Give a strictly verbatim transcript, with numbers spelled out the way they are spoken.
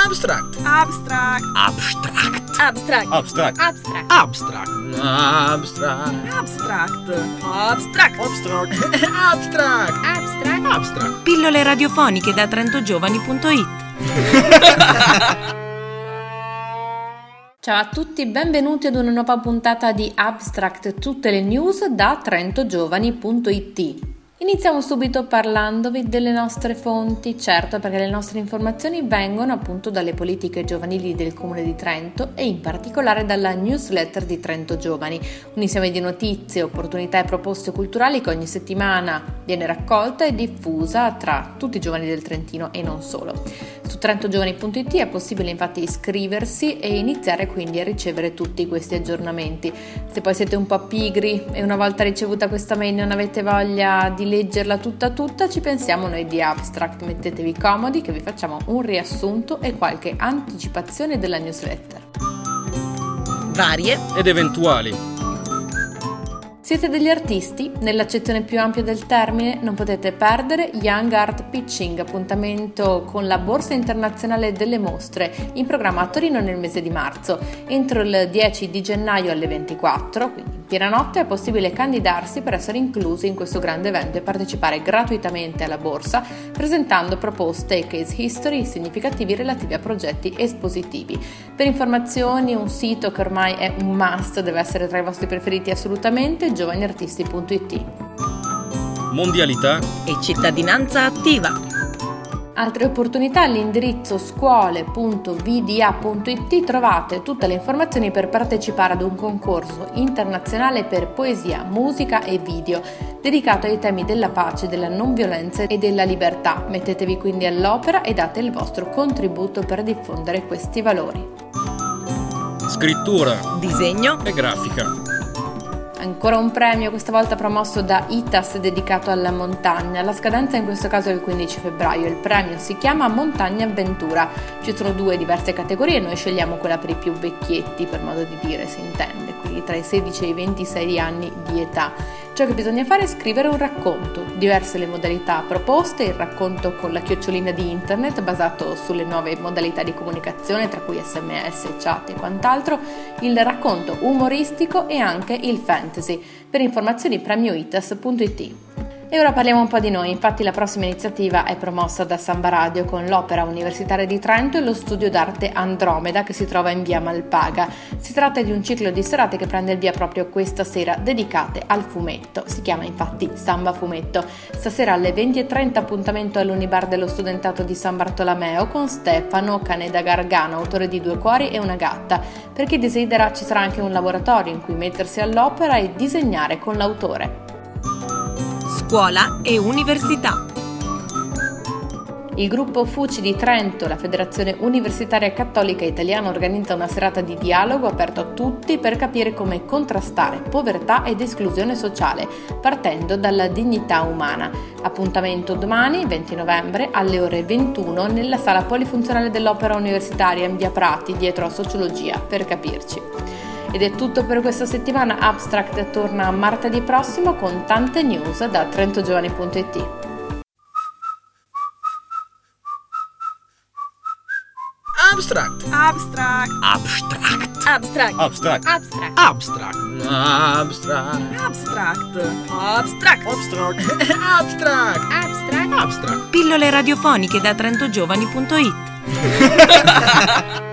Abstract. Abstract. Abstract. Abstract. Abstract. Abstract. Abstract. Abstract. Abstract. Abstract. Abstract. Abstract. Abstract. Abstract. Pillole radiofoniche da trentogiovani punto it. Ciao a tutti, benvenuti ad una nuova puntata di Abstract, tutte le news da trentogiovani punto it. Iniziamo subito parlandovi delle nostre fonti, certo perché le nostre informazioni vengono appunto dalle politiche giovanili del Comune di Trento e in particolare dalla newsletter di Trento Giovani, un insieme di notizie, opportunità e proposte culturali che ogni settimana viene raccolta e diffusa tra tutti i giovani del Trentino e non solo. Su trentogiovani punto it è possibile infatti iscriversi e iniziare quindi a ricevere tutti questi aggiornamenti. Se poi siete un po' pigri e una volta ricevuta questa mail non avete voglia di leggerla tutta tutta, ci pensiamo noi di Abstract, mettetevi comodi che vi facciamo un riassunto e qualche anticipazione della newsletter. Varie ed eventuali. Siete degli artisti? Nell'accezione più ampia del termine non potete perdere Young Art Pitching, appuntamento con la Borsa Internazionale delle Mostre, in programma a Torino nel mese di marzo. Entro il dieci di gennaio alle ventiquattro, quindi in piena notte, è possibile candidarsi per essere inclusi in questo grande evento e partecipare gratuitamente alla borsa, presentando proposte e case history significativi relativi a progetti espositivi. Per informazioni, un sito che ormai è un must, deve essere tra i vostri preferiti assolutamente, giovani artisti punto it. Mondialità e cittadinanza attiva. Altre opportunità: all'indirizzo scuole punto v d a punto it trovate tutte le informazioni per partecipare ad un concorso internazionale per poesia, musica e video dedicato ai temi della pace, della non violenza e della libertà. Mettetevi quindi all'opera e date il vostro contributo per diffondere questi valori. Scrittura, disegno e grafica. Ancora un premio, questa volta promosso da I T A S, dedicato alla montagna. La scadenza in questo caso è il quindici febbraio. Il premio si chiama Montagna Avventura. Ci sono due diverse categorie, noi scegliamo quella per i più vecchietti, per modo di dire, si intende, quindi tra i sedici e i ventisei anni di età. Ciò che bisogna fare è scrivere un racconto, diverse le modalità proposte, il racconto con la chiocciolina di internet basato sulle nuove modalità di comunicazione tra cui sms, chat e quant'altro, il racconto umoristico e anche il fantasy. Per informazioni premio i t a s punto it. E ora parliamo un po' di noi, infatti la prossima iniziativa è promossa da Samba Radio con l'Opera Universitaria di Trento e lo studio d'arte Andromeda che si trova in via Malpaga. Si tratta di un ciclo di serate che prende il via proprio questa sera, dedicate al fumetto. Si chiama infatti Samba Fumetto. Stasera alle venti e trenta appuntamento all'Unibar dello Studentato di San Bartolomeo con Stefano Caneda Gargano, autore di Due cuori e una gatta. Per chi desidera ci sarà anche un laboratorio in cui mettersi all'opera e disegnare con l'autore. Scuola e università. Il gruppo F U C I di Trento, la Federazione Universitaria Cattolica Italiana, organizza una serata di dialogo aperto a tutti per capire come contrastare povertà ed esclusione sociale, partendo dalla dignità umana. Appuntamento domani, venti novembre, alle ore ventuno, nella sala polifunzionale dell'Opera Universitaria in via Prati, dietro a Sociologia, per capirci. Ed è tutto per questa settimana. Abstract torna martedì prossimo con tante news da trentogiovani punto it. Abstract. Abstract. Abstract. Abstract. Abstract. Abstract. Abstract. Abstract. Abstract. Abstract. Abstract. Abstract. Abstract. Abstract. Pillole radiofoniche da trentogiovani punto it.